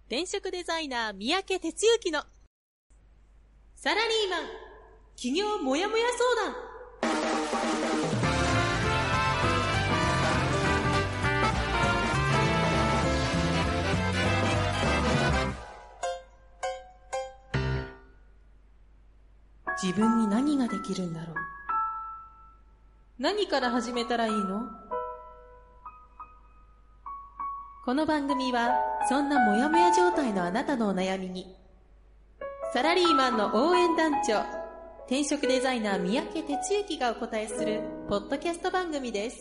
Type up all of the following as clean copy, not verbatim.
転職デザイナー三宅哲之のサラリーマン起業もやもや相談。自分に何ができるんだろう。何から始めたらいいの？この番組はそんなモヤモヤ状態のあなたのお悩みにサラリーマンの応援団長、転職デザイナー三宅哲之がお答えするポッドキャスト番組です。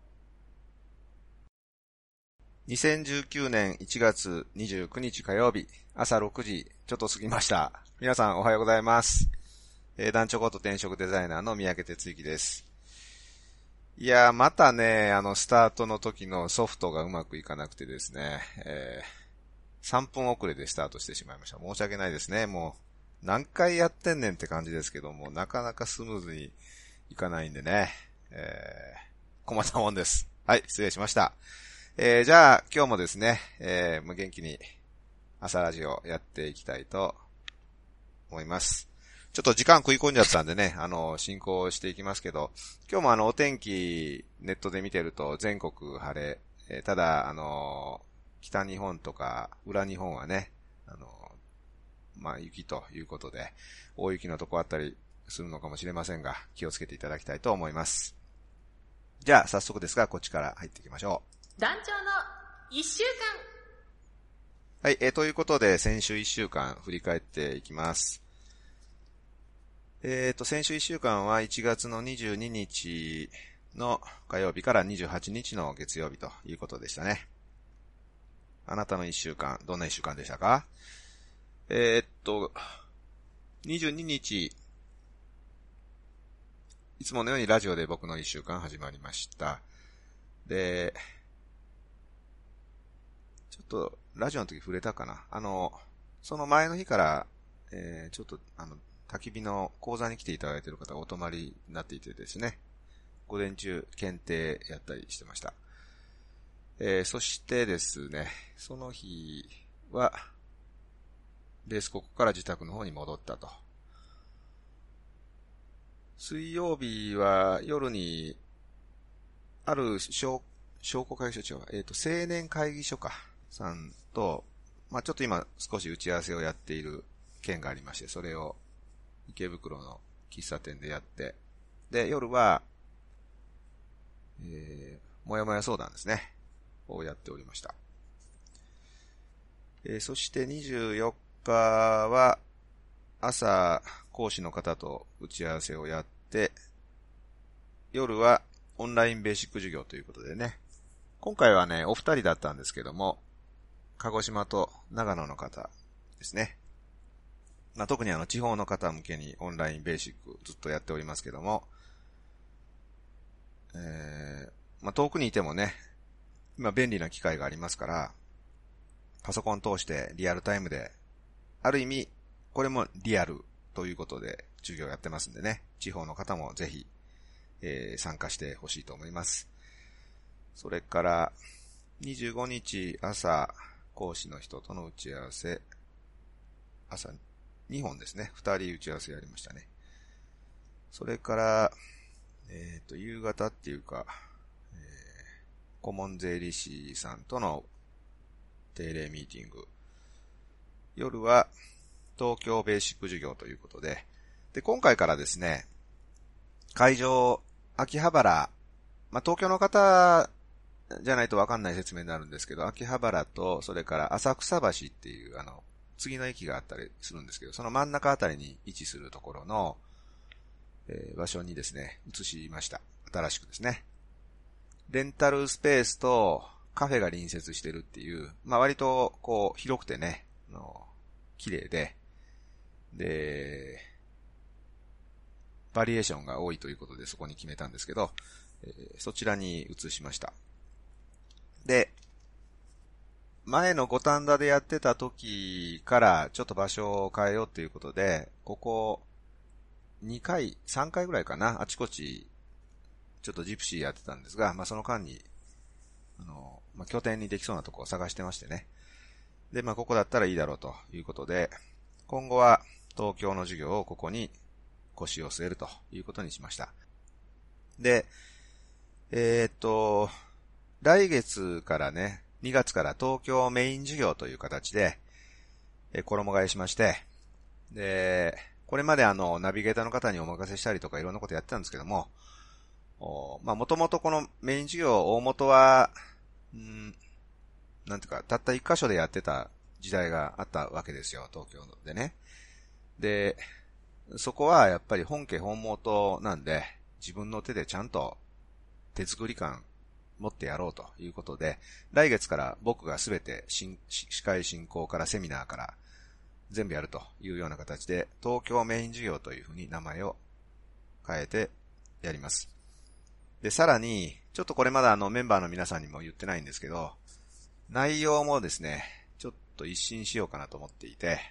2019年1月29日火曜日朝6時ちょっと過ぎました。皆さんおはようございます。団長こと転職デザイナーの三宅哲之です。いやー、またね、スタートの時のソフトがうまくいかなくてですね、3分遅れでスタートしてしまいました。申し訳ないですね。もう、何回やってんねんって感じですけども、なかなかスムーズにいかないんでね、困ったもんです。はい、失礼しました。じゃあ、今日もですね、元気に朝ラジオやっていきたいと思います。ちょっと時間食い込んじゃったんでね、進行していきますけど、今日もお天気ネットで見てると全国晴れ、ただ、北日本とか裏日本はね、雪ということで、大雪のとこあったりするのかもしれませんが、気をつけていただきたいと思います。じゃあ、早速ですが、こっちから入っていきましょう。団長の1週間。はい、ということで、先週1週間振り返っていきます。先週1週間は1月の22日の火曜日から28日の月曜日ということでしたね。あなたの1週間、どんな1週間でしたか？22日、いつものようにラジオで僕の1週間始まりました。で、ちょっとラジオの時触れたかな。その前の日から、ちょっと焚き火の講座に来ていただいている方がお泊まりになっていてですね、午前中検定やったりしてました。そしてですね、その日は、ベースここから自宅の方に戻ったと。水曜日は夜に、ある商工会議所長、青年会議所か、さんと、ちょっと今少し打ち合わせをやっている件がありまして、それを池袋の喫茶店でやって、で、夜は、もやもや相談ですね。をやっておりました。そして24日は、朝、講師の方と打ち合わせをやって、夜はオンラインベーシック授業ということでね。今回はね、お二人だったんですけども、鹿児島と長野の方ですね。特に地方の方向けにオンラインベーシックずっとやっておりますけども、遠くにいてもね、今便利な機械がありますから、パソコン通してリアルタイムで、ある意味、これもリアルということで授業やってますんでね、地方の方もぜひ、参加してほしいと思います。それから、25日朝、講師の人との打ち合わせ、朝2本ですね。2人打ち合わせやりましたね。それから、夕方っていうか、顧問税理士さんとの定例ミーティング。夜は東京ベーシック授業ということで、で、今回からですね、会場、秋葉原、東京の方じゃないとわかんない説明になるんですけど、秋葉原と、それから浅草橋っていう、次の駅があったりするんですけど、その真ん中あたりに位置するところの、場所にですね、移しました。新しくですね。レンタルスペースとカフェが隣接してるっていう、割とこう広くてね、綺麗で、バリエーションが多いということでそこに決めたんですけど、そちらに移しました。で、前の五反田でやってた時からちょっと場所を変えようということで、ここ2回、3回ぐらいかな、あちこちちょっとジプシーやってたんですが、その間に拠点にできそうなところを探してましてね。 で、ここだったらいいだろうということで、今後は東京の授業をここに腰を据えるということにしました。で、来月からね、2月から東京メイン授業という形で、衣替えしまして、で、これまでナビゲーターの方にお任せしたりとかいろんなことやってたんですけども、もともとこのメイン授業大元は、なんていうか、たった一箇所でやってた時代があったわけですよ、東京でね。で、そこはやっぱり本家本元なんで、自分の手でちゃんと手作り感持ってやろうということで、来月から僕がすべて司会進行からセミナーから全部やるというような形で、東京メイン授業というふうに名前を変えてやります。で、さらに、ちょっとこれまだメンバーの皆さんにも言ってないんですけど、内容もですね、ちょっと一新しようかなと思っていて、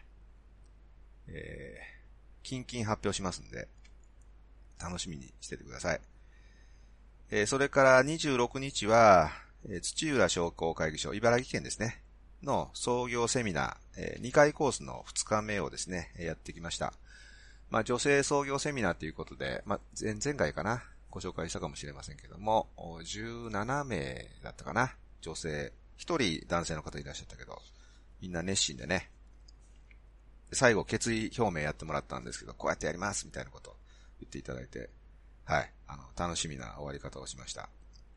近々発表しますんで、楽しみにしててください。それから26日は、土浦商工会議所、茨城県ですね、の創業セミナー、2回コースの2日目をですね、やってきました。女性創業セミナーということで、前回かな、ご紹介したかもしれませんけども、17名だったかな、女性、1人男性の方いらっしゃったけど、みんな熱心でね、最後決意表明やってもらったんですけど、こうやってやりますみたいなことを言っていただいて、はい、楽しみな終わり方をしました。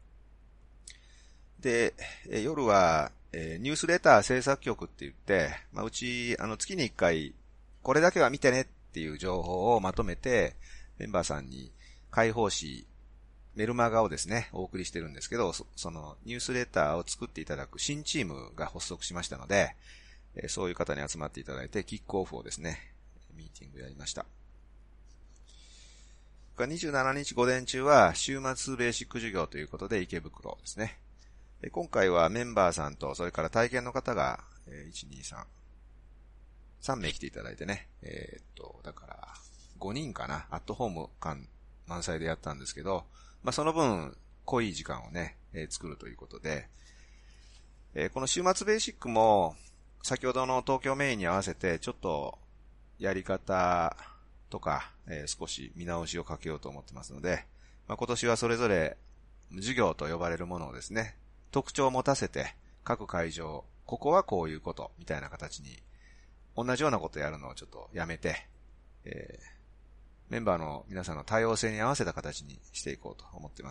で、夜は、ニュースレター制作局って言って、うち、月に1回、これだけは見てねっていう情報をまとめて、メンバーさんに開放誌、メルマガをですね、お送りしてるんですけど、そのニュースレターを作っていただく新チームが発足しましたので、そういう方に集まっていただいて、キックオフをですね、ミーティングやりました。27日午前中は、週末ベーシック授業ということで、池袋ですね。今回はメンバーさんと、それから体験の方が、3名来ていただいてね、だから、5人かな、アットホーム感満載でやったんですけど、その分、濃い時間をね、作るということで、この週末ベーシックも、先ほどの東京メインに合わせて、ちょっと、やり方とか、少し見直しをかけようと思ってますので、今年はそれぞれ、授業と呼ばれるものをですね、特徴を持たせて、各会場、ここはこういうこと、みたいな形に、同じようなことをやるのをちょっとやめて、メンバーの皆さんの多様性に合わせた形にしていこうと思っています。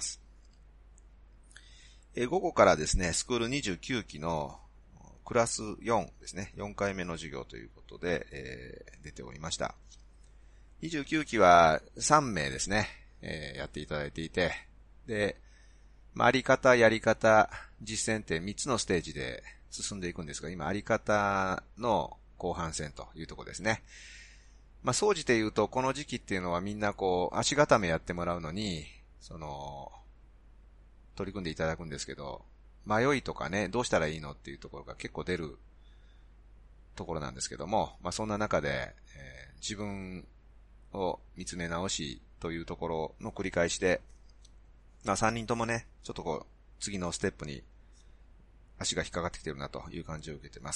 午後からですね、スクール29期のクラス4ですね、4回目の授業ということで、出ておりました。29期は3名ですね、やっていただいていて、で、あり方、やり方、実践って3つのステージで進んでいくんですが、今あり方の後半戦というところですね。総じて言うと、この時期っていうのはみんな足固めやってもらうのに、取り組んでいただくんですけど、迷いとかね、どうしたらいいのっていうところが結構出るところなんですけども、そんな中で、自分を見つめ直しというところの繰り返しで、3人ともね、ちょっと次のステップに足が引っかかってきてるなという感じを受けてます。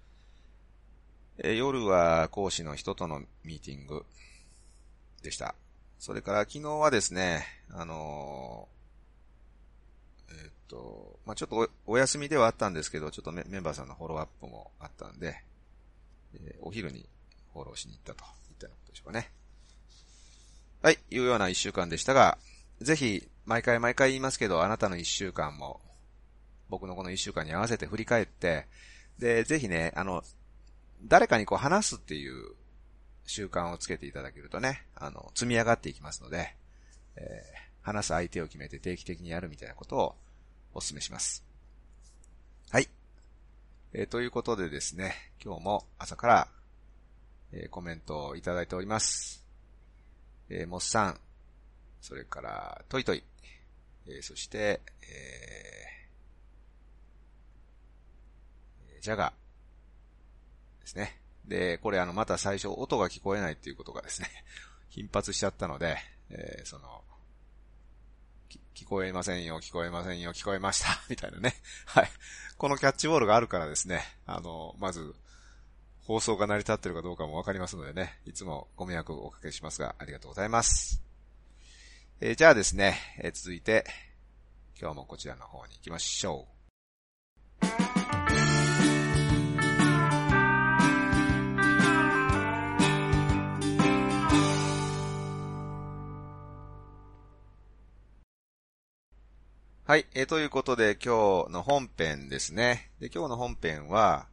夜は講師の人とのミーティングでした。それから昨日はですね、ちょっと お休みではあったんですけど、ちょっとメンバーさんのフォローアップもあったんで、お昼にフォローしに行ったといったようなことでしょうかね。はい、いうような一週間でしたが、ぜひ、毎回言いますけど、あなたの一週間も、僕のこの一週間に合わせて振り返って、で、ぜひね、誰かに話すっていう習慣をつけていただけるとね、積み上がっていきますので、話す相手を決めて定期的にやるみたいなことをお勧めします。はい。ということでですね、今日も朝から、コメントをいただいております。モッさん、それから、トイトイ、そして、ジャガですね。で、これまた最初音が聞こえないっていうことがですね、頻発しちゃったので、 聞こえませんよ、聞こえませんよ、聞こえました、みたいなね。はい。このキャッチボールがあるからですね、まず、放送が成り立ってるかどうかもわかりますのでね、いつもご迷惑をおかけしますが、ありがとうございます。じゃあですね、続いて、今日もこちらの方に行きましょう。はい、ということで今日の本編ですね。で、今日の本編は、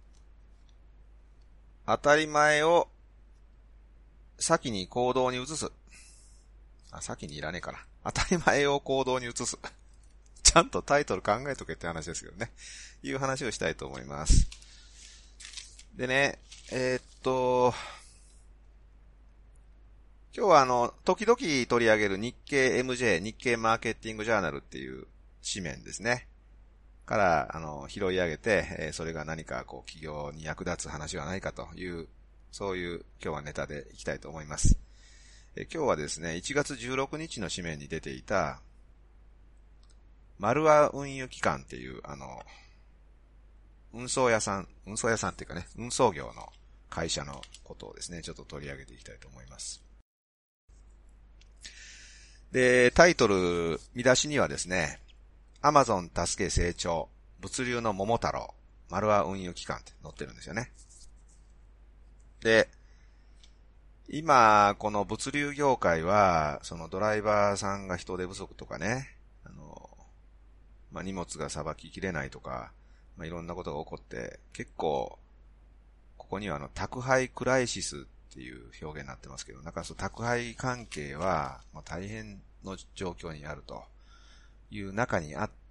当たり前を先に行動に移す。先にいらねえかな。当たり前を行動に移す。ちゃんとタイトル考えとけって話ですけどね。いう話をしたいと思います。でね、今日は時々取り上げる日経 MJ、日経マーケティングジャーナルっていう紙面ですね。から、拾い上げて、それが何かこう企業に役立つ話はないかという、そういう今日はネタでいきたいと思います。今日はですね、1月16日の紙面に出ていた、丸和運輸機関っていう、運送屋さんっていうかね、運送業の会社のことをですね、ちょっと取り上げていきたいと思います。で、タイトル、見出しにはですね、アマゾン助け成長、物流の桃太郎、丸和運輸機関って載ってるんですよね。で、今、この物流業界は、そのドライバーさんが人手不足とかね、荷物がさばききれないとか、いろんなことが起こって、結構、ここには宅配クライシスっていう表現になってますけど、なんか宅配関係は、大変の状況にあるという中にあって、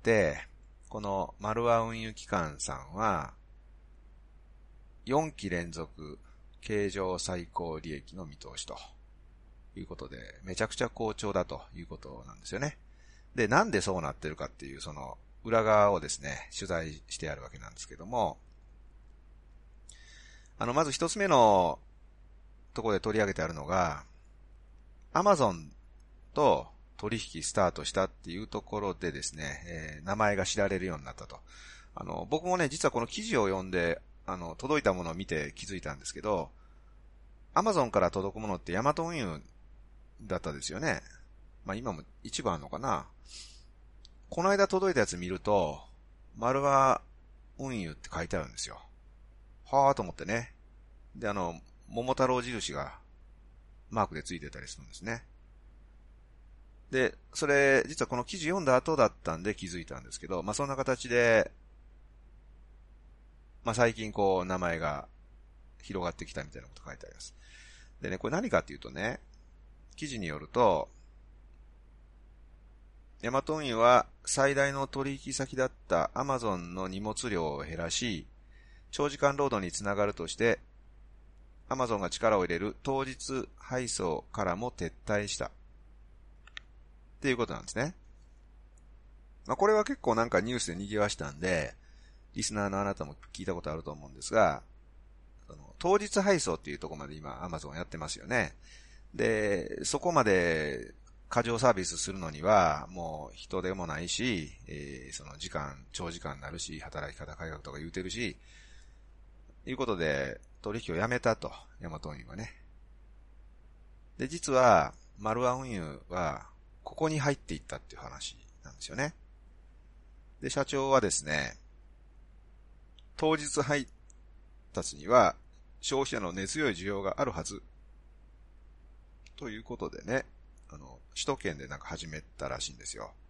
この丸和運輸機関さんは、4期連続経常最高利益の見通しということで、めちゃくちゃ好調だということなんですよね。で、なんでそうなってるかっていうその裏側をですね、取材してあるわけなんですけども、まず一つ目のところで取り上げてあるのが、アマゾンと取引スタートしたっていうところでですね、名前が知られるようになったと。僕もね、実はこの記事を読んで、届いたものを見て気づいたんですけど、アマゾンから届くものってヤマト運輸だったですよね。今も一部あるのかな。この間届いたやつ見ると、丸和運輸って書いてあるんですよ。はぁと思ってね。で、桃太郎印がマークでついてたりするんですね。で、それ、実はこの記事読んだ後だったんで気づいたんですけど、そんな形で、最近こう、名前が広がってきたみたいなこと書いてあります。でね、これ何かっていうとね、記事によると、ヤマト運輸は最大の取引先だったアマゾンの荷物量を減らし、長時間労働につながるとして、アマゾンが力を入れる当日配送からも撤退した。っていうことなんですね。これは結構なんかニュースで賑わしたんで、リスナーのあなたも聞いたことあると思うんですが、当日配送っていうところまで今 Amazon やってますよね。で、そこまで過剰サービスするのにはもう人手もないし、その長時間になるし、働き方改革とか言うてるし、いうことで取引をやめたと、ヤマト運輸はね。で、実は丸和運輸はここに入っていったっていう話なんですよね。で、社長はですね、当日配達には消費者の根強い需要があるはず。ということでね、首都圏でなんか始めたらしいんですよ。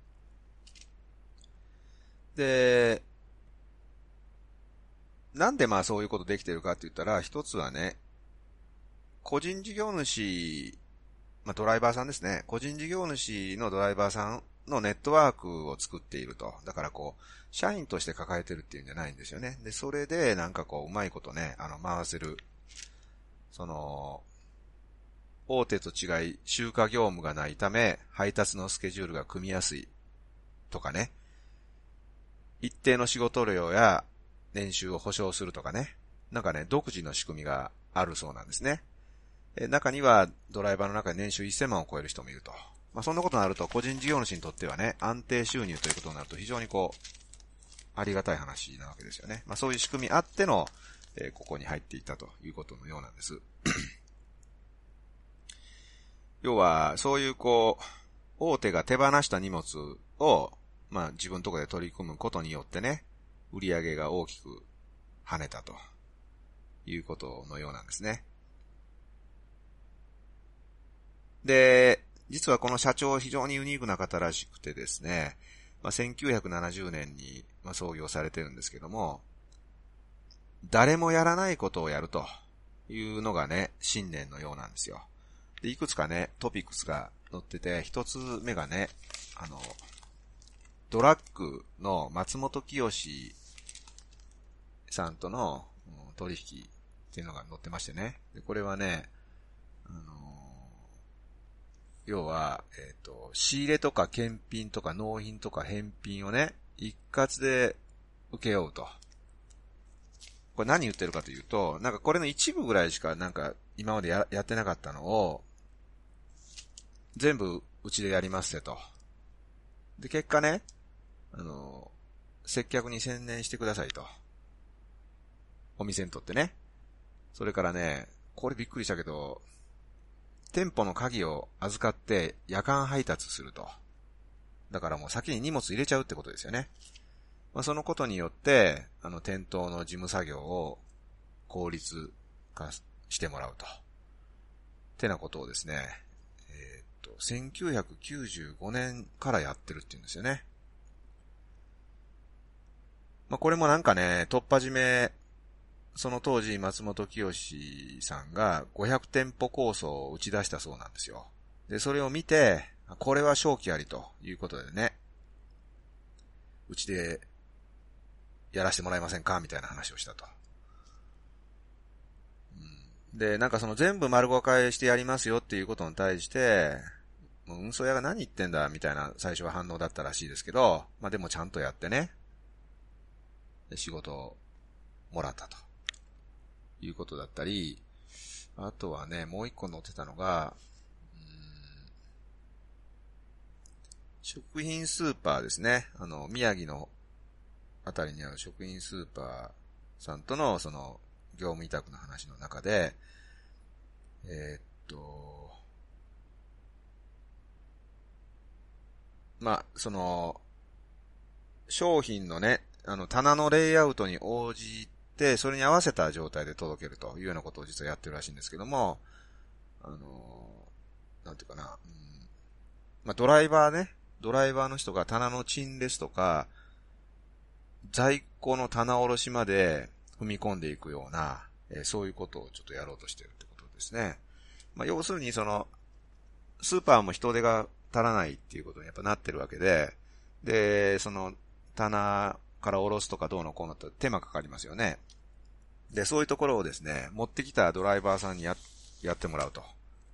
で、なんでそういうことできてるかって言ったら、一つはね、個人事業主、ドライバーさんですね。個人事業主のドライバーさんのネットワークを作っていると。だからこう、社員として抱えてるっていうんじゃないんですよね。で、それでなんかこう、うまいことね、回せる。大手と違い、集荷業務がないため、配達のスケジュールが組みやすい。とかね。一定の仕事量や年収を保証するとかね。なんかね、独自の仕組みがあるそうなんですね。中にはドライバーの中で年収1000万を超える人もいるとまあそんなことになると個人事業主にとってはね、安定収入ということになると非常にこう、ありがたい話なわけですよね。まあそういう仕組みあっての、ここに入っていったということのようなんです。要は、そういうこう、大手が手放した荷物を、まあ自分のところで取り組むことによってね、売り上げが大きく跳ねたということのようなんですね。で、実はこの社長非常にユニークな方らしくてですね、まあ、1970年に創業されてるんですけども、誰もやらないことをやるというのがね、信念のようなんですよ。で、いくつかね、トピックスが載ってて、一つ目がね、ドラッグの松本清さんとの取引っていうのが載ってましてね。で、これはね、要は、仕入れとか検品とか納品とか返品をね、一括で請け負うと。これ何言ってるかというと、なんかこれの一部ぐらいしかなんか今までやってなかったのを、全部うちでやりますってと。で、結果ね、接客に専念してくださいと。お店にとってね。それからね、これびっくりしたけど、店舗の鍵を預かって夜間配達すると。だからもう先に荷物入れちゃうってことですよね。まあ、そのことによって、店頭の事務作業を効率化してもらうと。ってなことをですね、1995年からやってるって言うんですよね。まあ、これもなんかね、突破締め、その当時松本清さんが500店舗構想を打ち出したそうなんですよ。で、それを見て、これは正気ありということでね、うちでやらせてもらえませんかみたいな話をしたと。で、なんかその全部丸ごかえしてやりますよっていうことに対して、もう運送屋が何言ってんだみたいな最初は反応だったらしいですけど、まあでもちゃんとやってね、仕事をもらったということだったり、あとはね、もう一個載ってたのが、食品スーパーですね。宮城のあたりにある食品スーパーさんとのその業務委託の話の中で、まあ、その、商品のね、棚のレイアウトに応じて、それに合わせた状態で届けるというようなことを実はやってるらしいんですけども、なんていうかな、まあ、ドライバーの人が棚の陳列とか、在庫の棚卸しまで踏み込んでいくような、そういうことをちょっとやろうとしているってことですね。まあ、要するにその、スーパーも人手が足らないっていうことにやっぱなってるわけで、で、その、棚から下ろすとかどうのこうのって手間かかりますよね。で、そういうところをですね、持ってきたドライバーさんにやってもらうと。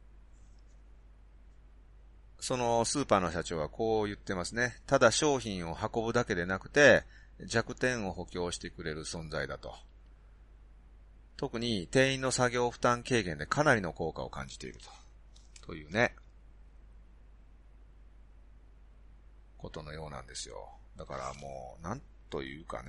そのスーパーの社長はこう言ってますね。ただ商品を運ぶだけでなくて、弱点を補強してくれる存在だと。特に店員の作業負担軽減でかなりの効果を感じていると。というね。ことのようなんですよ。だからもう、なんというかね、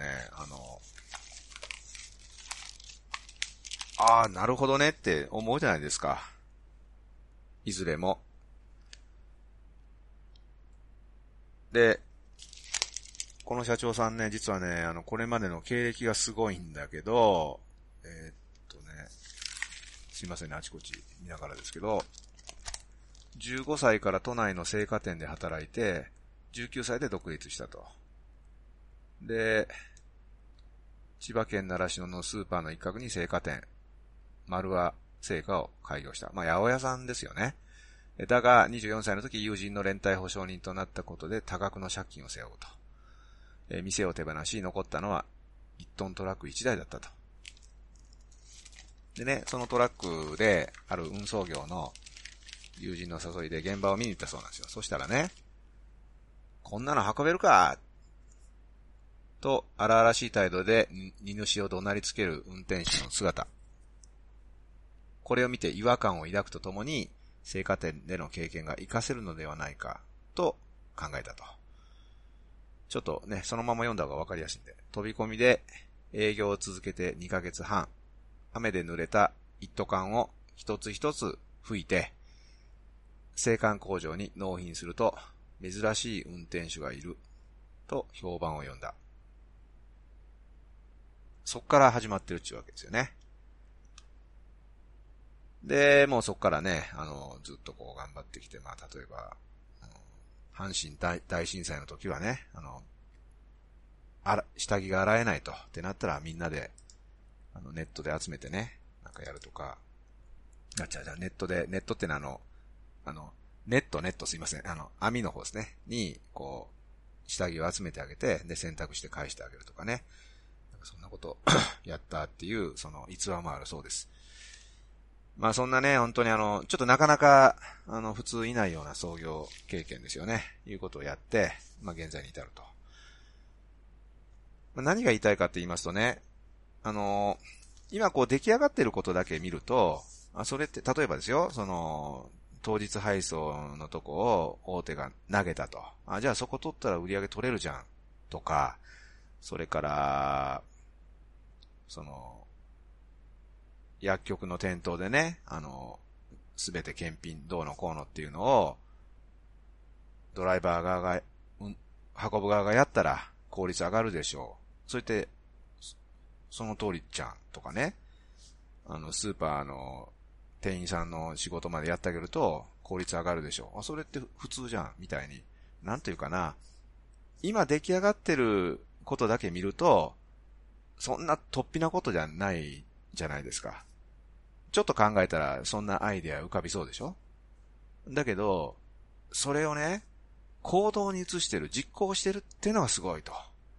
なるほどねって思うじゃないですか。いずれも。で、この社長さんね、実はね、これまでの経歴がすごいんだけど、すいませんね、あちこち見ながらですけど、15歳から都内の青果店で働いて、19歳で独立したと。で、千葉県習志野のスーパーの一角に青果店、丸和青果を開業した。まあ、八百屋さんですよね。だが、24歳の時、友人の連帯保証人となったことで多額の借金を背負うと。店を手放し、残ったのは1トントラック1台だったと。でね、そのトラックで、ある運送業の友人の誘いで現場を見に行ったそうなんですよ。そしたらね、こんなの運べるかと荒々しい態度で荷主を怒鳴りつける運転手の姿。これを見て違和感を抱くとともに、 生花店での経験が活かせるのではないかと考えたと。ちょっとね、そのまま読んだ方がわかりやすいんで、飛び込みで営業を続けて2ヶ月半、雨で濡れた一斗缶を一つ一つ拭いて、製缶工場に納品すると、珍しい運転手がいると評判を呼んだ。そっから始まってるっていうわけですよね。で、もうそっからね、ずっとこう頑張ってきて、まあ、例えば、阪神大震災の時はね、下着が洗えないとってなったらみんなで、ネットで集めてね、なんかやるとか、ネットってのはネットすいません、網の方ですね、に、こう、下着を集めてあげて、で、洗濯して返してあげるとかね、なんかそんなことやったっていう、その逸話もあるそうです。まあそんなね、本当にちょっとなかなか、普通いないような創業経験ですよね。いうことをやって、まあ現在に至ると。まあ、何が言いたいかって言いますとね、今こう出来上がってることだけ見ると、それって、例えばですよ、当日配送のとこを大手が投げたと。じゃあそこ取ったら売り上げ取れるじゃん。とか、それから、薬局の店頭でね、すべて検品どうのこうのっていうのを、ドライバー側が、運ぶ側がやったら効率上がるでしょう。そう言って、その通りじゃんとかね。スーパーの店員さんの仕事までやってあげると効率上がるでしょう。それって普通じゃんみたいに。なんていうかな。今出来上がってることだけ見ると、そんな突飛なことじゃないじゃないですか。ちょっと考えたらそんなアイデア浮かびそうでしょ？だけど、それをね、行動に移してる、実行してるっていうのがすごいと。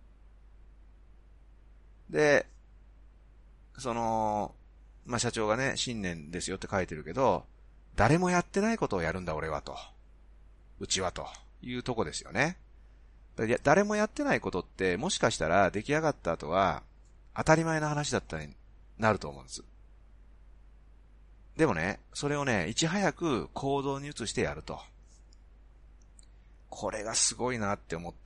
で、まあ、社長がね、信念ですよって書いてるけど、誰もやってないことをやるんだ俺はと。うちはというとこですよね。誰もやってないことって、もしかしたら出来上がった後は、当たり前の話だったになると思うんです。でもね、それをね、いち早く行動に移してやると。これがすごいなって思って、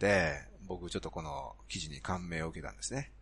僕ちょっとこの記事に感銘を受けたんですね。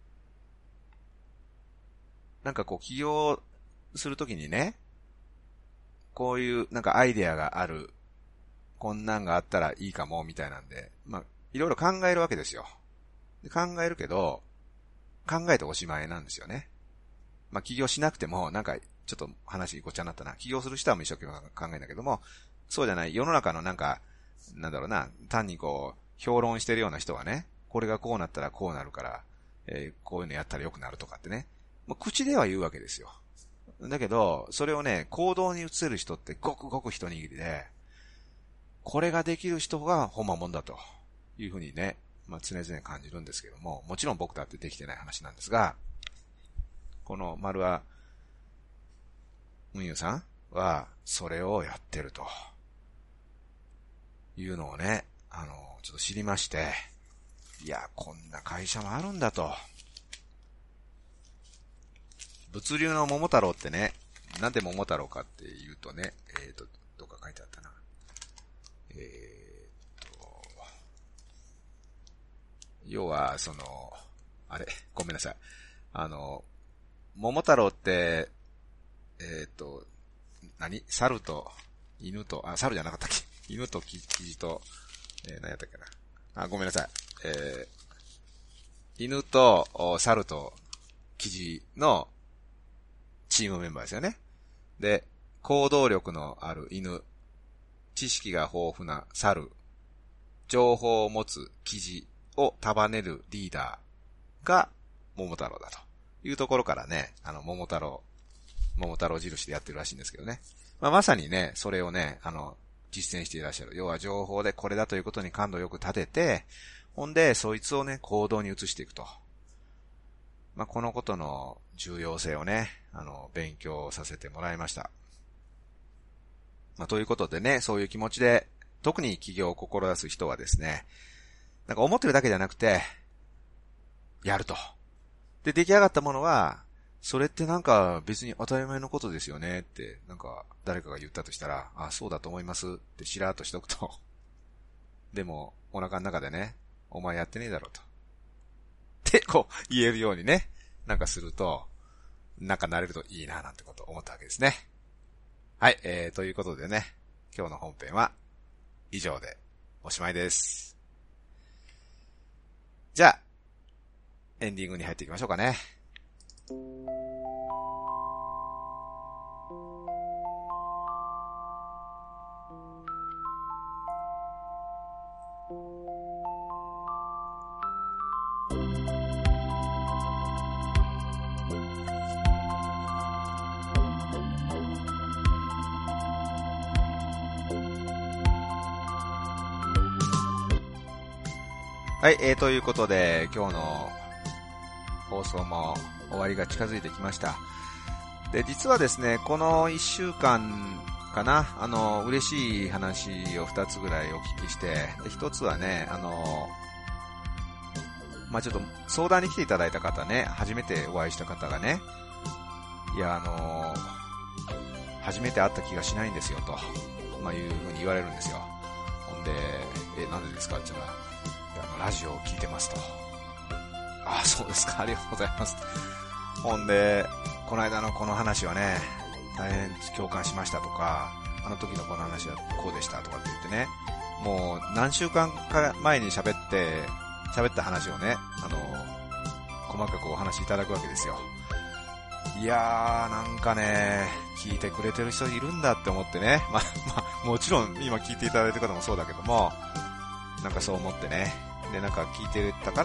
なんかこう起業するときにね、こういうなんかアイデアがある、こんなんがあったらいいかもみたいなんで、まあ、いろいろ考えるわけですよ。で考えるけど、考えておしまいなんですよね。まあ、起業しなくても、なんか、ちょっと話ごっちゃになったな。起業する人は一生懸命考えるんだけども、そうじゃない、世の中のなんか、なんだろうな、単にこう、評論してるような人はね、これがこうなったらこうなるから、こういうのやったら良くなるとかってね、もう口では言うわけですよ。だけど、それをね、行動に移せる人ってごくごく一握りで、これができる人がほんまもんだというふうにね、まあ常々感じるんですけども、もちろん僕だってできてない話なんですが、この丸和運輸さんはそれをやってるというのをね、ちょっと知りまして、いや、こんな会社もあるんだと。物流の桃太郎ってね、なんで桃太郎かっていうとね、どっか書いてあったな。要は、ごめんなさい。桃太郎って、猿と、犬と、猿じゃなかったっけ？犬とキジと、何やったっけな。ごめんなさい。犬と、猿と、キジの、チームメンバーですよね。で、行動力のある犬、知識が豊富な猿、情報を持つキジを束ねるリーダーが桃太郎だというところからね、桃太郎印でやってるらしいんですけどね。まあ、まさにね、それをね、実践していらっしゃる。要は情報でこれだということに感度よく立てて、ほんで、そいつをね、行動に移していくと。まあ、このことの重要性をね、勉強させてもらいました。まあ、ということでね、そういう気持ちで、特に起業を志す人はですね、なんか思ってるだけじゃなくて、やると。で、出来上がったものは、 それってなんか別に当たり前のことですよねって、なんか誰かが言ったとしたら、あ、そうだと思いますってしらーっとしとくと。でも、お腹の中でね、お前やってねえだろと。ってこう言えるようにね、なんかすると、なんかなれるといいななんてことを思ったわけですね。はい、ということでね、今日の本編は以上でおしまいです。じゃあ、エンディングに入っていきましょうかね。はい、ということで、今日の放送も終わりが近づいてきました。で、実はですね、この1週間かな、嬉しい話を2つぐらいお聞きして、で、1つはね、ちょっと相談に来ていただいた方ね、初めてお会いした方がね、いや、初めて会った気がしないんですよ、と、いうふうに言われるんですよ。ほんで、なんでですかって言ったら、ラジオを聞いてますと。あ、そうですか、ありがとうございます。ほんで、この間のこの話はね、大変共感しましたとか、あの時のこの話はこうでしたとかって言ってね、もう何週間か前に喋った話をね、細かくお話しいただくわけですよ。いやー、なんかね、聞いてくれてる人いるんだって思ってね、もちろん今聞いていただいてる方もそうだけども、なんかそう思ってね、で、なんか聞いてたから、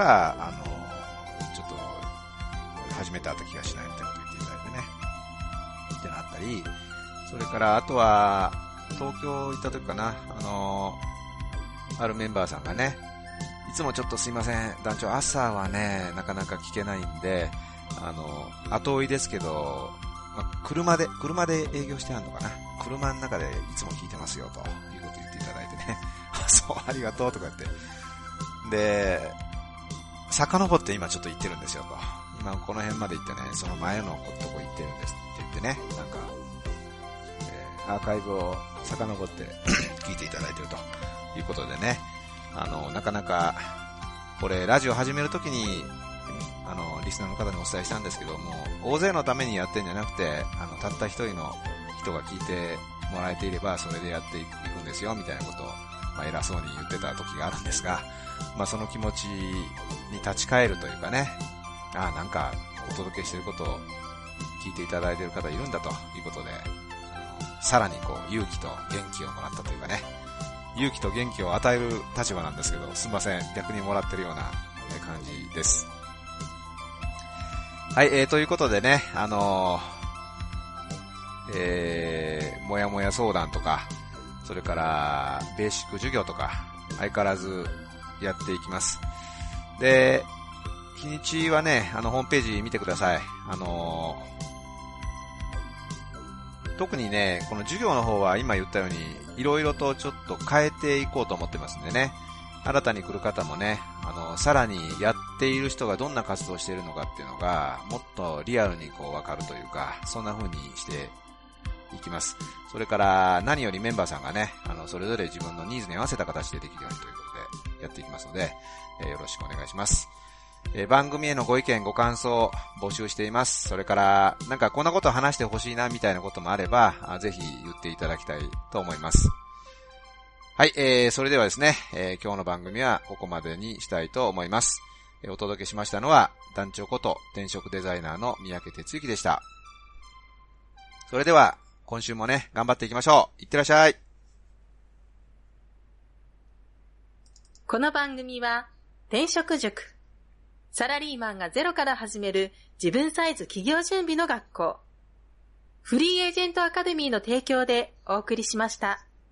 ちょっと、初めて会った気がしないみたいなこと言っていただいてね。ってなったり、それから、あとは、東京行った時かな、あるメンバーさんがね、いつもちょっとすいません、団長、朝はね、なかなか聞けないんで、後追いですけど、車で営業してあるのかな。車の中でいつも聞いてますよ、ということを言っていただいてね。そう、ありがとう、とか言って。で、遡って今ちょっと行ってるんですよと。今この辺まで行ってね、その前のとこ行ってるんですって言ってね、なんか、アーカイブを遡って聞いていただいてるということでね、なかなか、これラジオ始めるときに、リスナーの方にお伝えしたんですけども、大勢のためにやってんじゃなくて、たった一人の人が聞いてもらえていれば、それでやっていくんですよ、みたいなことを、偉そうに言ってた時があるんですが、その気持ちに立ち返るというかね、なんかお届けしていることを聞いていただいている方いるんだということで、さらにこう勇気と元気をもらったというかね、勇気と元気を与える立場なんですけど、すみません、逆にもらってるような感じです。はい、ということでね、もやもや相談とか、それからベーシック授業とか相変わらずやっていきます。で、日にちはね、ホームページ見てください。特にね、この授業の方は今言ったようにいろいろとちょっと変えていこうと思ってますんでね、新たに来る方もね、さらにやっている人がどんな活動をしているのかっていうのがもっとリアルにこう分かるというか、そんな風にしていきます。それから何よりメンバーさんがね、それぞれ自分のニーズに合わせた形でできるようにということでやっていきますので、よろしくお願いします。番組へのご意見ご感想募集しています。それからなんかこんなこと話してほしいなみたいなこともあれば、ぜひ言っていただきたいと思います。はい、それではですね、今日の番組はここまでにしたいと思います。お届けしましたのは団長こと転職デザイナーの三宅哲之でした。それでは今週もね、頑張っていきましょう。いってらっしゃい。 この番組は転職塾、サラリーマンがゼロから始める自分サイズ企業準備の学校、フリーエージェントアカデミーの提供でお送りしました。